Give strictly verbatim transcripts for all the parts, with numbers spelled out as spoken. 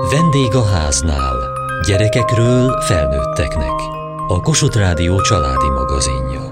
Vendég a háznál. Gyerekekről felnőtteknek. A Kossuth Rádió családi magazinja.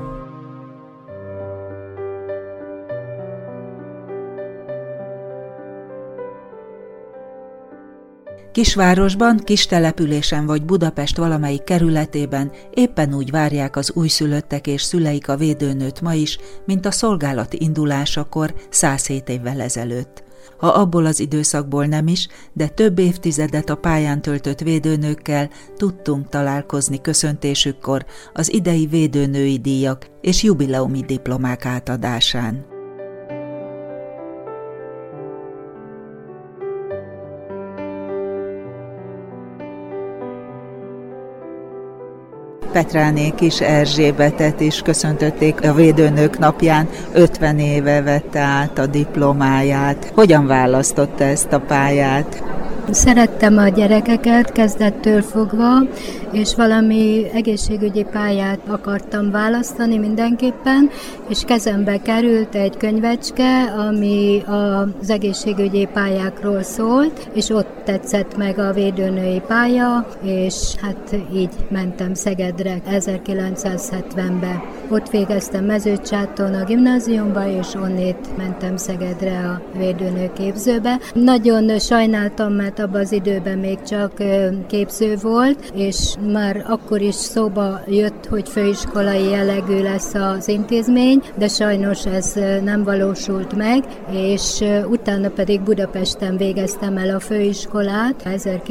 Kisvárosban, kistelepülésen vagy Budapest valamelyik kerületében éppen úgy várják az újszülöttek és szüleik a védőnőt ma is, mint a szolgálati indulásakor százhét évvel ezelőtt. Ha abból az időszakból nem is, de több évtizedet a pályán töltött védőnőkkel tudtunk találkozni köszöntésükkor az idei védőnői díjak és jubileumi diplomák átadásán. Petráné Kis Erzsébetet is köszöntötték a védőnők napján, ötven éve vette át a diplomáját. Hogyan választotta ezt a pályát? Szerettem a gyerekeket kezdettől fogva, és valami egészségügyi pályát akartam választani mindenképpen, és kezembe került egy könyvecske, ami az egészségügyi pályákról szólt, és ott tetszett meg a védőnői pálya, és hát így mentem Szegedre ezerkilencszázhetvenben. Ott végeztem Mezőcsáton a gimnáziumba, és onnét mentem Szegedre a védőnőképzőbe. Nagyon sajnáltam, mert abban az időben még csak képző volt, és már akkor is szóba jött, hogy főiskolai jellegű lesz az intézmény, de sajnos ez nem valósult meg, és utána pedig Budapesten végeztem el a főiskolát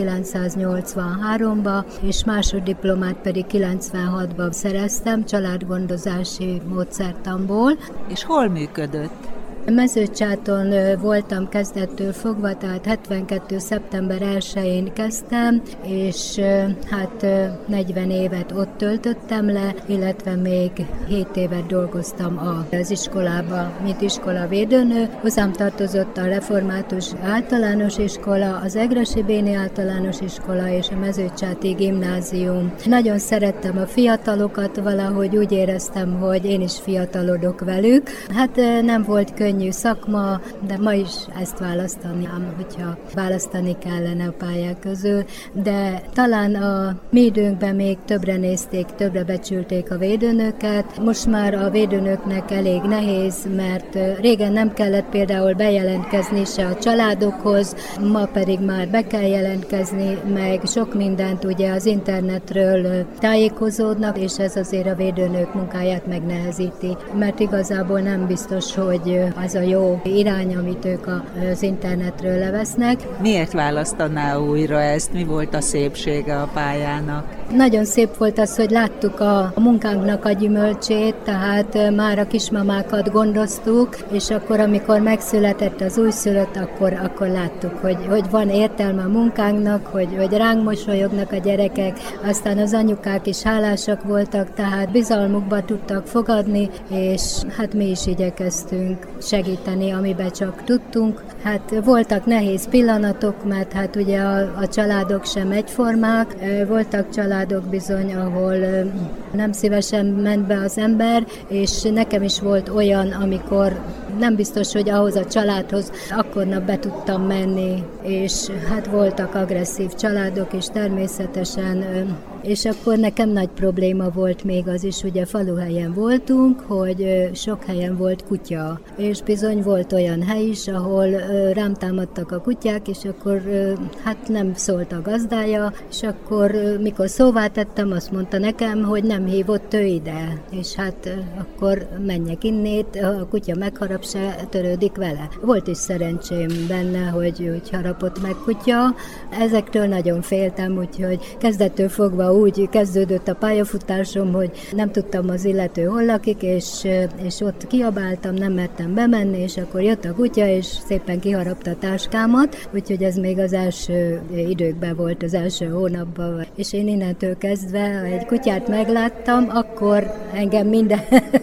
ezerkilencszáznyolcvanháromban, és másoddiplomát pedig kilencvenhatban szereztem családgondozási módszertanból. És hol működött? Mezőcsáton voltam kezdettől fogva, tehát hetvenkettő szeptember elsején kezdtem, és hát negyven évet ott töltöttem le, illetve még hét évet dolgoztam az iskolába, mint iskolavédőnő. Hozzám tartozott a Református Általános Iskola, az Egressy Béni Általános Iskola és a Mezőcsáti Gimnázium. Nagyon szerettem a fiatalokat, valahogy úgy éreztem, hogy én is fiatalodok velük. Hát nem volt könnyű könnyű szakma, de ma is ezt választani, hogyha választani kellene a pályák közül, de talán a mi időnkben még többre nézték, többre becsülték a védőnöket. Most már a védőnöknek elég nehéz, mert régen nem kellett például bejelentkezni se a családokhoz, ma pedig már be kell jelentkezni, meg sok mindent ugye az internetről tájékozódnak, és ez azért a védőnök munkáját megnehezíti, mert igazából nem biztos, hogy az a jó irány, amit ők az internetről levesznek. Miért választaná újra ezt? Mi volt a szépsége a pályának? Nagyon szép volt az, hogy láttuk a munkánknak a gyümölcsét, tehát már a kismamákat gondoztuk, és akkor, amikor megszületett az újszülött, akkor, akkor láttuk, hogy, hogy van értelme a munkánknak, hogy, hogy ránk mosolyognak a gyerekek, aztán az anyukák is hálásak voltak, tehát bizalmukba tudtak fogadni, és hát mi is igyekeztünk segíteni, amiben csak tudtunk. Hát voltak nehéz pillanatok, mert hát ugye a, a családok sem egyformák, voltak családok bizony, ahol nem szívesen ment be az ember, és nekem is volt olyan, amikor nem biztos, hogy ahhoz a családhoz akkorna be tudtam menni, és hát voltak agresszív családok is természetesen, és akkor nekem nagy probléma volt még az is, ugye faluhelyen voltunk, hogy sok helyen volt kutya, és bizony volt olyan hely is, ahol rám támadtak a kutyák, és akkor hát nem szólt a gazdája, és akkor mikor szóvá tettem, azt mondta nekem, hogy nem hívott ő ide, és hát akkor menjek innét, a kutya megharap, se törődik vele. Volt is szerencsém benne, hogy úgy harapott meg kutya. Ezektől nagyon féltem, úgyhogy kezdettől fogva úgy kezdődött a pályafutásom, hogy nem tudtam az illető hol lakik, és, és ott kiabáltam, nem mertem bemenni, és akkor jött a kutya, és szépen kiharapta a táskámat, úgyhogy ez még az első időkben volt, az első hónapban. És én innentől kezdve, ha egy kutyát megláttam, akkor engem minden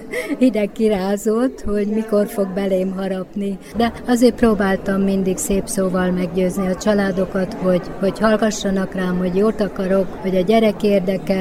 hideg kirázott, hogy mikor fog belém harapni. De azért próbáltam mindig szép szóval meggyőzni a családokat, hogy, hogy hallgassanak rám, hogy jót akarok, hogy a gyerek érdeke,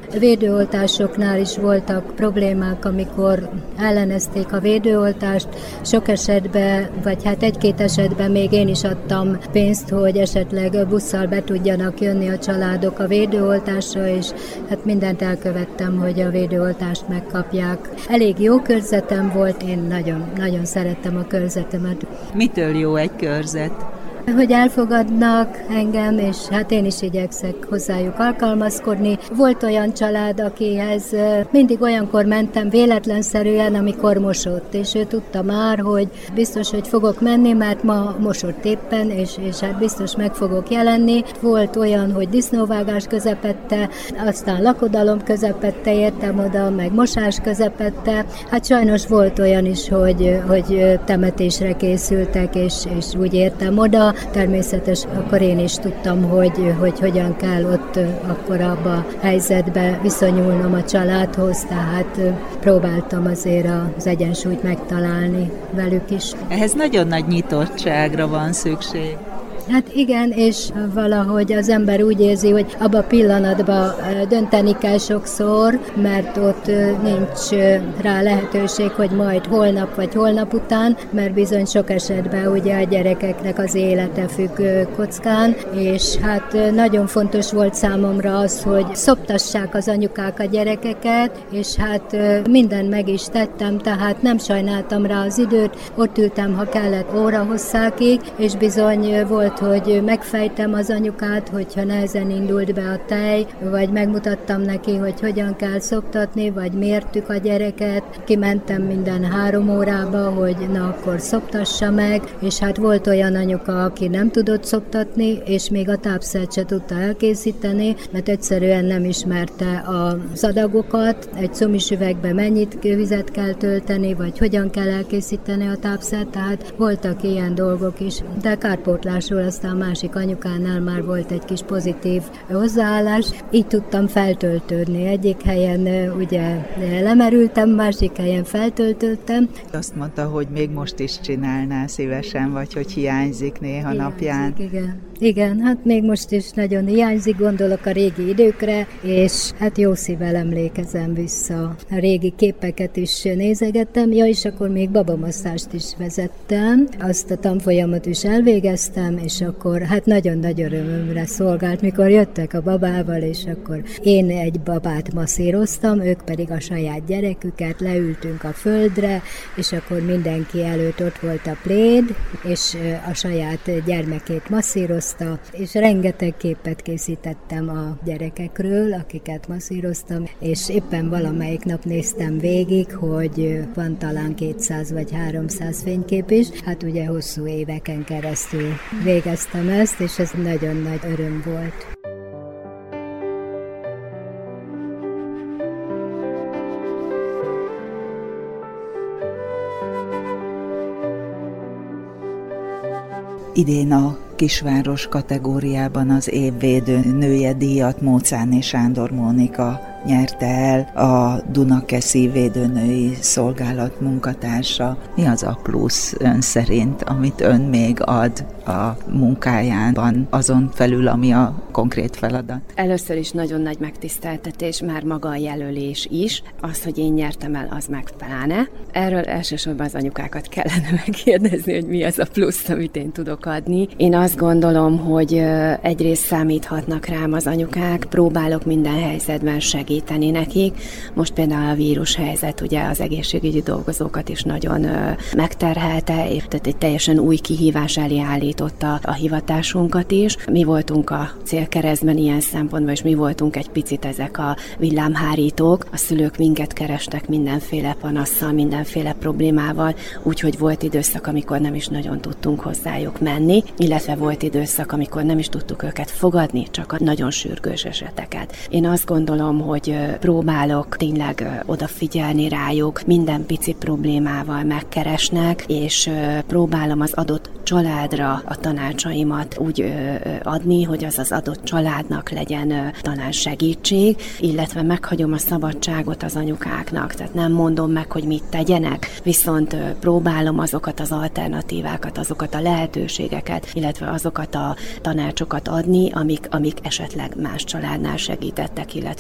Védőoltásoknál is voltak problémák, amikor ellenezték a védőoltást. Sok esetben, vagy hát egy-két esetben még én is adtam pénzt, hogy esetleg busszal be tudjanak jönni a családok a védőoltásra, és hát mindent elkövettem, hogy a védőoltást megkapják. Elég jó körzetem volt, én nagyon, nagyon szerettem a körzetemet. Mitől jó egy körzet? Hogy elfogadnak engem, és hát én is igyekszek hozzájuk alkalmazkodni. Volt olyan család, akihez mindig olyankor mentem véletlenszerűen, amikor mosott, és ő tudta már, hogy biztos, hogy fogok menni, mert ma mosott éppen, és, és hát biztos meg fogok jelenni. Volt olyan, hogy disznóvágás közepette, aztán lakodalom közepette értem oda, meg mosás közepette. Hát sajnos volt olyan is, hogy, hogy temetésre készültek, és, és úgy értem oda. Természetes, akkor én is tudtam, hogy, hogy hogyan kell ott akkor abba a helyzetbe viszonyulnom a családhoz, tehát próbáltam azért az egyensúlyt megtalálni velük is. Ehhez nagyon nagy nyitottságra van szükség. Hát igen, és valahogy az ember úgy érzi, hogy abba a pillanatban dönteni kell sokszor, mert ott nincs rá lehetőség, hogy majd holnap vagy holnap után, mert bizony sok esetben ugye a gyerekeknek az élete függ kockán, és hát nagyon fontos volt számomra az, hogy szoptassák az anyukák a gyerekeket, és hát mindent meg is tettem, tehát nem sajnáltam rá az időt, ott ültem, ha kellett óra hosszákig, és bizony volt, hogy megfejtem az anyukát, hogyha nehezen indult be a tej, vagy megmutattam neki, hogy hogyan kell szoptatni, vagy mértük a gyereket. Kimentem minden három órába, hogy na akkor szoptassa meg, és hát volt olyan anyuka, aki nem tudott szoptatni, és még a tápszert se tudta elkészíteni, mert egyszerűen nem ismerte az adagokat, egy comis üvegbe mennyit vizet kell tölteni, vagy hogyan kell elkészíteni a tápszert, tehát voltak ilyen dolgok is, de kárpótlásról aztán a másik anyukánál már volt egy kis pozitív hozzáállás. Így tudtam feltöltődni. Egyik helyen ugye lemerültem, másik helyen feltöltöttem. Azt mondta, hogy még most is csinálná szívesen, vagy hogy hiányzik néha hiányzik, napján. Igen. Igen, hát még most is nagyon hiányzik, gondolok a régi időkre, és hát jó szívvel emlékezem vissza. A régi képeket is nézegettem, ja, és akkor még babamasszást is vezettem. Azt a tanfolyamot is elvégeztem, és akkor hát nagyon nagy örömömre szolgált, mikor jöttek a babával, és akkor én egy babát masszíroztam, ők pedig a saját gyereküket, leültünk a földre, és akkor mindenki előtt ott volt a pléd, és a saját gyermekét masszíroztam, és rengeteg képet készítettem a gyerekekről, akiket masszíroztam, és éppen valamelyik nap néztem végig, hogy van talán kétszáz vagy háromszáz fénykép is, hát ugye hosszú éveken keresztül végeztem ezt, és ez nagyon nagy öröm volt. Idén a kisváros kategóriában az évvédő nője díjat Mócáné Sándor Mónika nyerte el, a Dunakeszi védőnői szolgálat munkatársa. Mi az a plusz ön szerint, amit ön még ad a munkájában, azon felül, ami a konkrét feladat? Először is nagyon nagy megtiszteltetés, már maga a jelölés is. Az, hogy én nyertem el, az meg pláne. Erről elsősorban az anyukákat kellene megkérdezni, hogy mi az a plusz, amit én tudok adni. Én azt gondolom, hogy egyrészt számíthatnak rám az anyukák, próbálok minden helyzetben segíteni nekik. Most például a vírus helyzet ugye az egészségügyi dolgozókat is nagyon megterhelte, tehát egy teljesen új kihívás elé állította a hivatásunkat is. Mi voltunk a célkeresztben ilyen szempontból, és mi voltunk egy picit ezek a villámhárítók. A szülők minket kerestek mindenféle panasszal, mindenféle problémával, úgyhogy volt időszak, amikor nem is nagyon tudtunk hozzájuk menni, illetve volt időszak, amikor nem is tudtuk őket fogadni, csak a nagyon sürgős eseteket. Én azt gondolom, hogy próbálok tényleg odafigyelni rájuk, minden pici problémával megkeresnek, és próbálom az adott családra a tanácsaimat úgy adni, hogy az az adott családnak legyen talán segítség, illetve meghagyom a szabadságot az anyukáknak, tehát nem mondom meg, hogy mit tegyenek, viszont próbálom azokat az alternatívákat, azokat a lehetőségeket, illetve azokat a tanácsokat adni, amik, amik esetleg más családnál segítettek, illetve húsz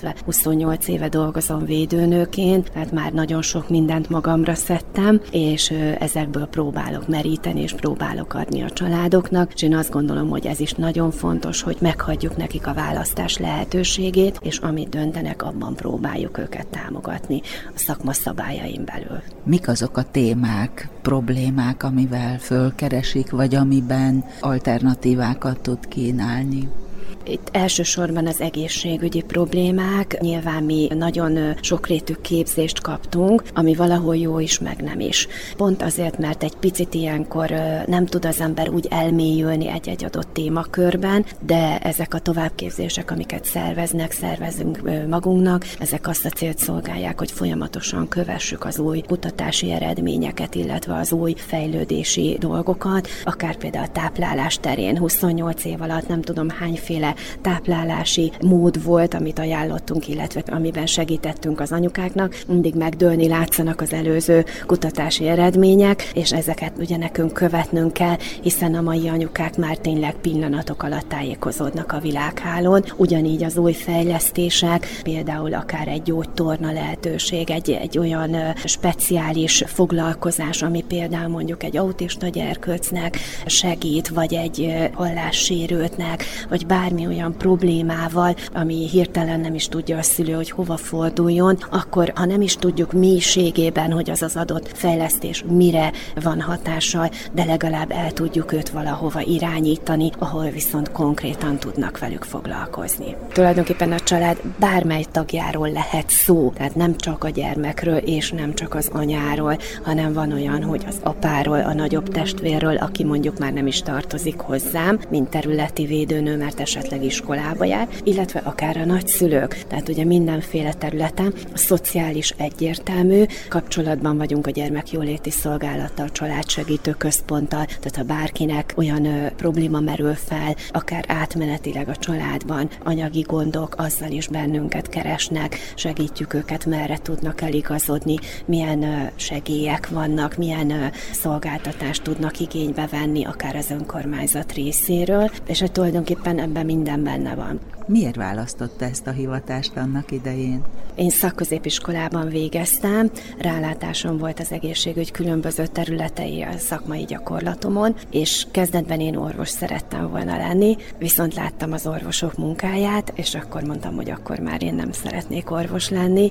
huszonnyolc éve dolgozom védőnőként, tehát már nagyon sok mindent magamra szedtem, és ezekből próbálok meríteni, és próbálok adni a családoknak, és én azt gondolom, hogy ez is nagyon fontos, hogy meghagyjuk nekik a választás lehetőségét, és amit döntenek, abban próbáljuk őket támogatni a szakma szabályain belül. Mik azok a témák, problémák, amivel fölkeresik, vagy amiben alternatívákat tud kínálni? Itt elsősorban az egészségügyi problémák, nyilván mi nagyon sokrétű képzést kaptunk, ami valahol jó is, meg nem is. Pont azért, mert egy picit ilyenkor nem tud az ember úgy elmélyülni egy-egy adott témakörben, de ezek a továbbképzések, amiket szerveznek, szervezünk magunknak, ezek azt a célt szolgálják, hogy folyamatosan kövessük az új kutatási eredményeket, illetve az új fejlődési dolgokat, akár például a táplálás terén huszonnyolc év alatt nem tudom hányféle táplálási mód volt, amit ajánlottunk, illetve amiben segítettünk az anyukáknak. Mindig megdőlni látszanak az előző kutatási eredmények, és ezeket ugye nekünk követnünk kell, hiszen a mai anyukák már tényleg pillanatok alatt tájékozódnak a világhálón. Ugyanígy az új fejlesztések, például akár egy gyógytorna lehetőség, egy, egy olyan speciális foglalkozás, ami például mondjuk egy autista gyerkőcnek segít, vagy egy hallássérültnek, vagy bármi olyan problémával, ami hirtelen nem is tudja a szülő, hogy hova forduljon, akkor ha nem is tudjuk mélységében, hogy az az adott fejlesztés mire van hatással, de legalább el tudjuk őt valahova irányítani, ahol viszont konkrétan tudnak velük foglalkozni. Tulajdonképpen a család bármely tagjáról lehet szó, tehát nem csak a gyermekről és nem csak az anyáról, hanem van olyan, hogy az apáról, a nagyobb testvérről, aki mondjuk már nem is tartozik hozzám, mint területi védőnő, mert esetleg iskolába jár, illetve akár a nagyszülők. Tehát ugye mindenféle területen a szociális egyértelmű, kapcsolatban vagyunk a gyermekjóléti szolgálattal, családsegítő központtal, tehát ha bárkinek olyan ö, probléma merül fel, akár átmenetileg a családban, anyagi gondok, azzal is bennünket keresnek, segítjük őket, merre tudnak eligazodni, milyen ö, segélyek vannak, milyen ö, szolgáltatást tudnak igénybe venni, akár az önkormányzat részéről, és hogy tulajdonképpen ebben minden benne van. Miért választotta ezt a hivatást annak idején? Én szakközépiskolában végeztem, rálátásom volt az egészségügy különböző területei a szakmai gyakorlatomon, és kezdetben én orvos szerettem volna lenni, viszont láttam az orvosok munkáját, és akkor mondtam, hogy akkor már én nem szeretnék orvos lenni,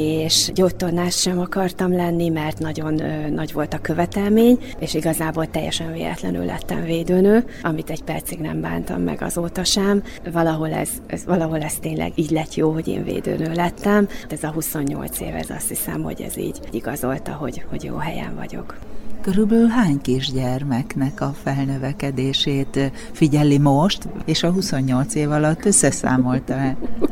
és gyógytornás sem akartam lenni, mert nagyon ö, nagy volt a követelmény, és igazából teljesen véletlenül lettem védőnő, amit egy percig nem bántam meg azóta sem. Valahol ez, ez, valahol ez tényleg így lett jó, hogy én védőnő lettem. Ez a huszonnyolc év, ez azt hiszem, hogy ez így igazolta, hogy, hogy jó helyen vagyok. Körülbelül hány kisgyermeknek a felnövekedését figyeli most, és a huszonnyolc év alatt összeszámolta el?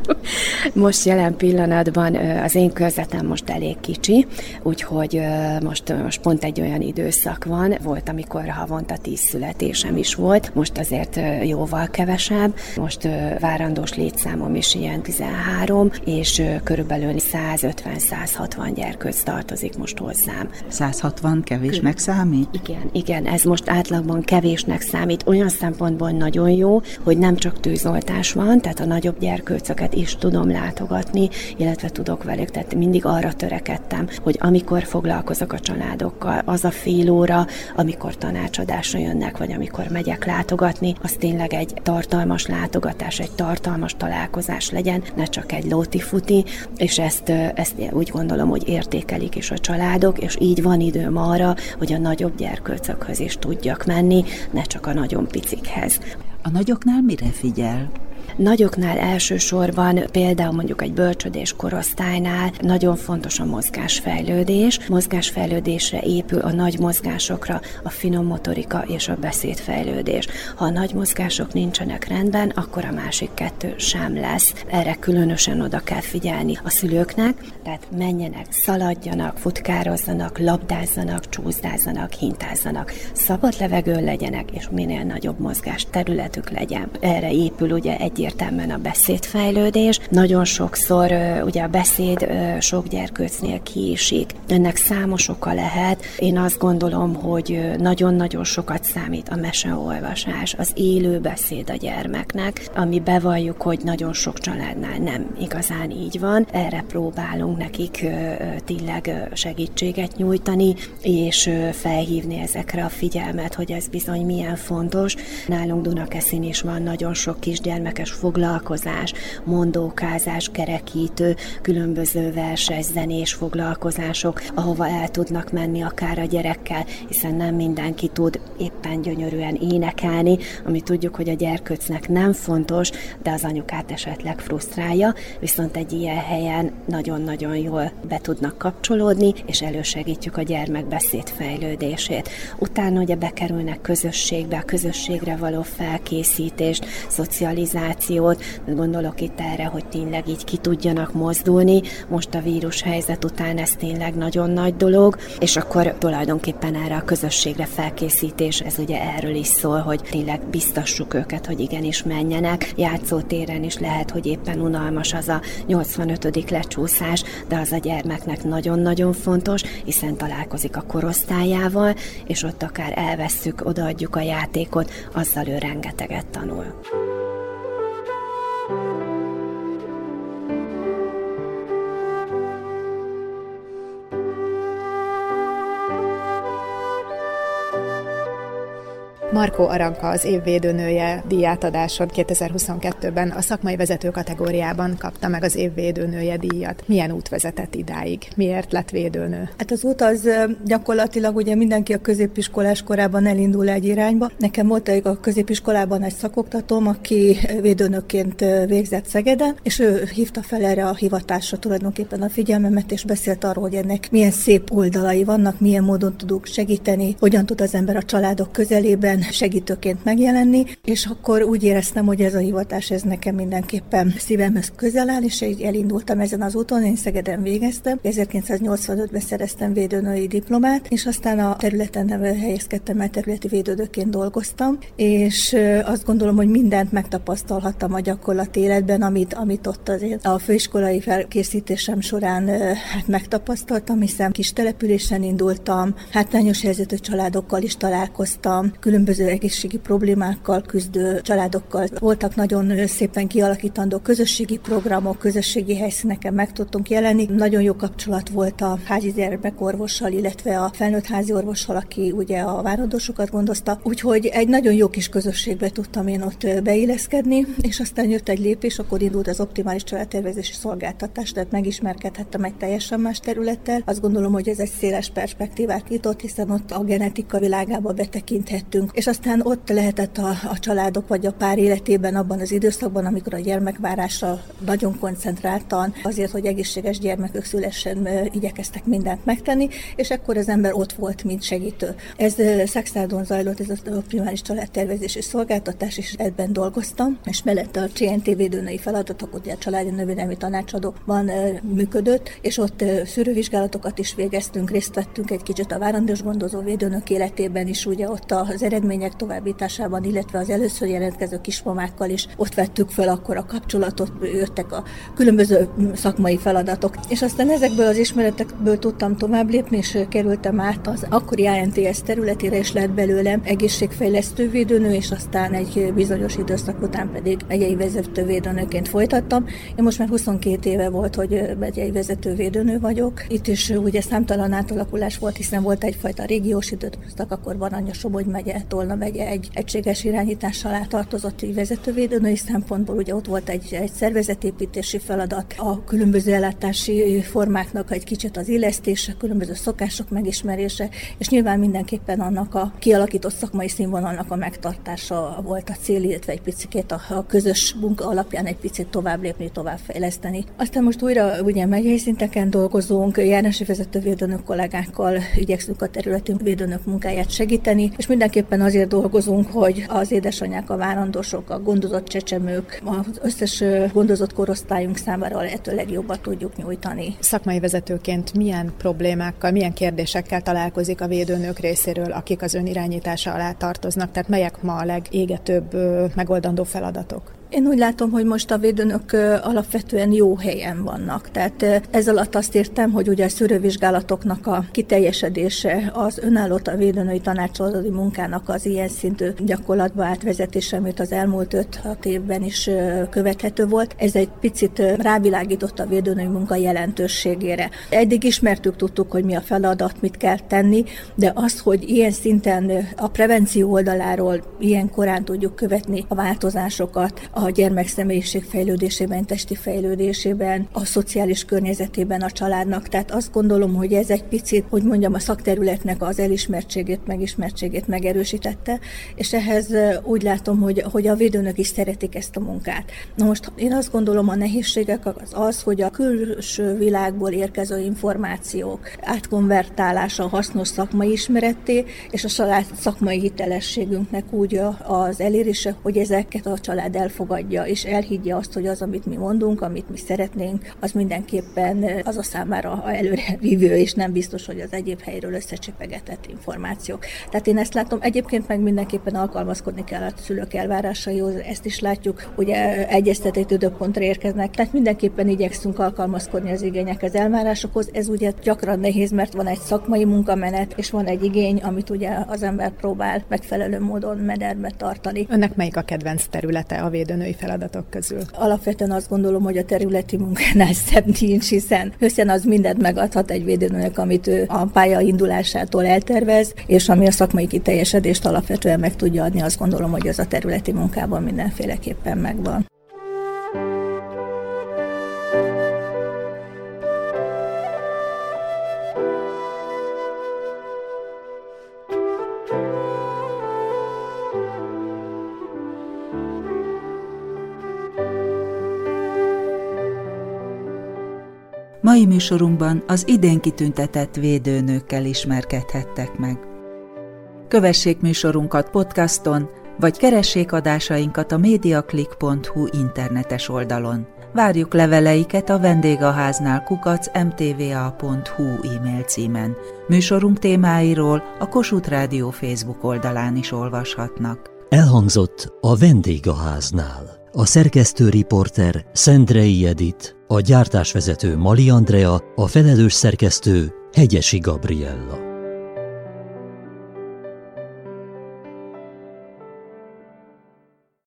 Most jelen pillanatban az én körzetem most elég kicsi, úgyhogy most, most pont egy olyan időszak van, volt, amikor havonta tíz születésem is volt, most azért jóval kevesebb, most várandós létszámom is ilyen tizenhárom, és körülbelül százötven-százhatvan gyerkőc tartozik most hozzám. százhatvan kevésnek számít? Igen, igen, ez most átlagban kevésnek számít, olyan szempontból nagyon jó, hogy nem csak tűzoltás van, tehát a nagyobb gyerkőcöket is tudom látogatni, illetve tudok velük, tehát mindig arra törekedtem, hogy amikor foglalkozok a családokkal, az a fél óra, amikor tanácsadásra jönnek, vagy amikor megyek látogatni, az tényleg egy tartalmas látogatás, egy tartalmas találkozás legyen, ne csak egy lóti-futi, és ezt, ezt úgy gondolom, hogy értékelik is a családok, és így van időm arra, hogy a nagyobb gyerkőcökhöz is tudjak menni, ne csak a nagyon picikhez. A nagyoknál mire figyel? Nagyoknál elsősorban például mondjuk egy bölcsödés korosztálynál nagyon fontos a mozgásfejlődés. Mozgásfejlődésre épül a nagy mozgásokra a finom motorika és a beszédfejlődés. Ha a nagy mozgások nincsenek rendben, akkor a másik kettő sem lesz. Erre különösen oda kell figyelni a szülőknek, tehát menjenek, szaladjanak, futkározzanak, labdázzanak, csúszdázzanak, hintázzanak. Szabad levegőn legyenek, és minél nagyobb mozgás területük legyen. Erre épül ugye egy egyértelműen a beszédfejlődés. Nagyon sokszor ugye a beszéd sok gyerkőcnél kiesik. Ennek számos oka lehet. Én azt gondolom, hogy nagyon-nagyon sokat számít a meseolvasás, az élő beszéd a gyermeknek, ami bevalljuk, hogy nagyon sok családnál nem igazán így van. Erre próbálunk nekik tényleg segítséget nyújtani, és felhívni ezekre a figyelmet, hogy ez bizony milyen fontos. Nálunk Dunakeszin is van nagyon sok kisgyermekes foglalkozás, mondókázás, kerekítő, különböző verses, zenés foglalkozások, ahova el tudnak menni akár a gyerekkel, hiszen nem mindenki tud éppen gyönyörűen énekelni, ami tudjuk, hogy a gyerkőcnek nem fontos, de az anyukát esetleg frusztrálja, viszont egy ilyen helyen nagyon-nagyon jól be tudnak kapcsolódni, és elősegítjük a gyermek beszédfejlődését. Utána ugye bekerülnek közösségbe, a közösségre való felkészítést, szocializációt, gondolok itt erre, hogy tényleg így ki tudjanak mozdulni. Most a vírushelyzet után ez tényleg nagyon nagy dolog, és akkor tulajdonképpen erre a közösségre felkészítés, ez ugye erről is szól, hogy tényleg biztassuk őket, hogy igenis menjenek. Játszótéren is lehet, hogy éppen unalmas az a nyolcvanötödik lecsúszás, de az a gyermeknek nagyon-nagyon fontos, hiszen találkozik a korosztályával, és ott akár elvesszük, odaadjuk a játékot, azzal ő rengeteget tanul. Markó Aranka az év védőnője díjátadáson kétezer-huszonkettőben a szakmai vezető kategóriában kapta meg az év védőnője díjat. Milyen út vezetett idáig? Miért lett védőnő? Hát az út az gyakorlatilag ugye mindenki a középiskolás korában elindul egy irányba. Nekem volt egy a középiskolában egy szakoktatóm, aki védőnökként végzett Szegeden, és ő hívta fel erre a hivatásra tulajdonképpen a figyelmemet, és beszélt arról, hogy ennek milyen szép oldalai vannak, milyen módon tudunk segíteni, hogyan tud az ember a családok közelében segítőként megjelenni, és akkor úgy éreztem, hogy ez a hivatás, ez nekem mindenképpen szívemhez közel áll, és így elindultam ezen az úton, én Szegeden végeztem. ezerkilencszáznyolcvanötben szereztem védőnői diplomát, és aztán a területen helyezkedtem el, területi védődőként dolgoztam, és azt gondolom, hogy mindent megtapasztalhattam a gyakorlati életben, amit, amit ott azért a főiskolai felkészítésem során hát megtapasztaltam, hiszen kis településen indultam, hátrányos helyzetű családokkal is találkoztam, különböző egészségi problémákkal küzdő családokkal. Voltak nagyon szépen kialakítandó közösségi programok, közösségi helyszíneken meg tudtunk jelenni. Nagyon jó kapcsolat volt a házi gyermekorvossal, illetve a felnőtt házi orvossal, aki ugye a várandósokat gondozta. Úgyhogy egy nagyon jó kis közösségbe tudtam én ott beilleszkedni, és aztán jött egy lépés, akkor indult az optimális családtervezési szolgáltatás, tehát megismerkedhettem egy teljesen más területtel. Azt gondolom, hogy ez egy széles perspektívát nyitott, hiszen ott a genetika világába betekinthettünk, és aztán ott lehetett a, a családok vagy a pár életében abban az időszakban, amikor a gyermekvárásra nagyon koncentráltan, azért, hogy egészséges gyermekök szülessen, igyekeztek mindent megtenni, és akkor az ember ott volt, mint segítő. Ez Szakszádon zajlott, ez az optimális családtervezési szolgáltatás, és ebben dolgoztam, és mellett a cé en té védőnői feladatok, ugye a családi növényelmi tanácsadóban működött, és ott szűrővizsgálatokat is végeztünk, részt vettünk egy kicsit a várandós gondozó védőnök életében is, ugye ott az eredmények továbbításában, illetve az először jelentkező kismamákkal is ott vettük fel akkor a kapcsolatot, jöttek a különböző szakmai feladatok. És aztán ezekből az ismeretekből tudtam tovább lépni, és kerültem át az akkori á en té es területére, és lett belőlem egészségfejlesztő védőnő, és aztán egy bizonyos időszak után pedig megyei vezető védőnőként folytattam. Én most már huszonkét éve volt, hogy megyei vezető védőnő vagyok. Itt is ugye számtalan átalakulás volt, hiszen volt egyfajta régiós időszak, akkor Baranya-Somogy megye, Tolna megye egy egységes irányítás alá tartozott így vezetővédőnői szempontból, ugye ott volt egy, egy szervezetépítési feladat, a különböző ellátási formáknak egy kicsit az illesztése, különböző szokások megismerése, és nyilván mindenképpen annak a kialakított szakmai színvonalnak a megtartása volt a cél, illetve egy picit a, a közös munka alapján egy picit tovább lépni, tovább fejleszteni. Aztán most újra ugye megyei szinteken dolgozunk, járási vezetővédőnök kollégákkal igyekszünk a területünk védőnök munkáját segíteni, és mindenképpen azért dolgozunk, hogy az édesanyák, a várandósok, a gondozott csecsemők, az összes gondozott korosztályunk számára a lehető legjobbat tudjuk nyújtani. Szakmai vezetőként milyen problémákkal, milyen kérdésekkel találkozik a védőnők részéről, akik az ön irányítása alá tartoznak? Tehát melyek ma a legégetőbb megoldandó feladatok? Én úgy látom, hogy most a védőnök alapvetően jó helyen vannak. Tehát ez alatt azt értem, hogy ugye a szűrővizsgálatoknak a kiteljesedése, az önálló a védőnői tanácsadói munkának az ilyen szintű gyakorlatba átvezetése, amit az elmúlt öt-hat évben is követhető volt, ez egy picit rávilágított a védőnői munka jelentőségére. Eddig ismertük, tudtuk, hogy mi a feladat, mit kell tenni, de az, hogy ilyen szinten a prevenció oldaláról ilyen korán tudjuk követni a változásokat, a gyermek személyiség fejlődésében, testi fejlődésében, a szociális környezetében a családnak. Tehát azt gondolom, hogy ez egy picit, hogy mondjam, a szakterületnek az elismertségét, megismertségét megerősítette, és ehhez úgy látom, hogy, hogy a védőnök is szeretik ezt a munkát. Na most én azt gondolom, a nehézségek az az, hogy a külső világból érkező információk átkonvertálása hasznos szakmai ismeretté, és a család szakmai hitelességünknek úgy az elérése, hogy ezeket a család elfogadja, és elhiggye azt, hogy az, amit mi mondunk, amit mi szeretnénk, az mindenképpen az a számára előre vívő, és nem biztos, hogy az egyéb helyről összecsipegetett információk. Tehát én ezt látom, egyébként meg mindenképpen alkalmazkodni kell a szülők elvárásaihoz, ezt is látjuk, ugye egyeztetett időpontra érkeznek, tehát mindenképpen igyekszünk alkalmazkodni az igényekhez, elvárásokhoz. Ez ugye gyakran nehéz, mert van egy szakmai munkamenet, és van egy igény, amit ugye az ember próbál megfelelő módon mederbe tartani. Önnek melyik a kedvenc területe a védőnői feladatok közül? Alapvetően azt gondolom, hogy a területi munkánál szebb nincs, hiszen, hiszen az mindent megadhat egy védőnőnek, amit ő a pálya indulásától eltervez, és ami a szakmai kiteljesedést alapvetően meg tudja adni, azt gondolom, hogy ez a területi munkában mindenféleképpen megvan. Mai műsorunkban az idén kitüntetett védőnőkkel ismerkedhettek meg. Kövessék műsorunkat podcaston, vagy keressék adásainkat a mediaclick pont hu internetes oldalon. Várjuk leveleiket a vendégháznál kukac em té vé á pont hu e-mail címen. Műsorunk témáiról a Kossuth Rádió Facebook oldalán is olvashatnak. Elhangzott a vendégháznál. A szerkesztő riporter Szendrei Edit, a gyártásvezető Mali Andrea, a felelős szerkesztő Hegyesi Gabriella.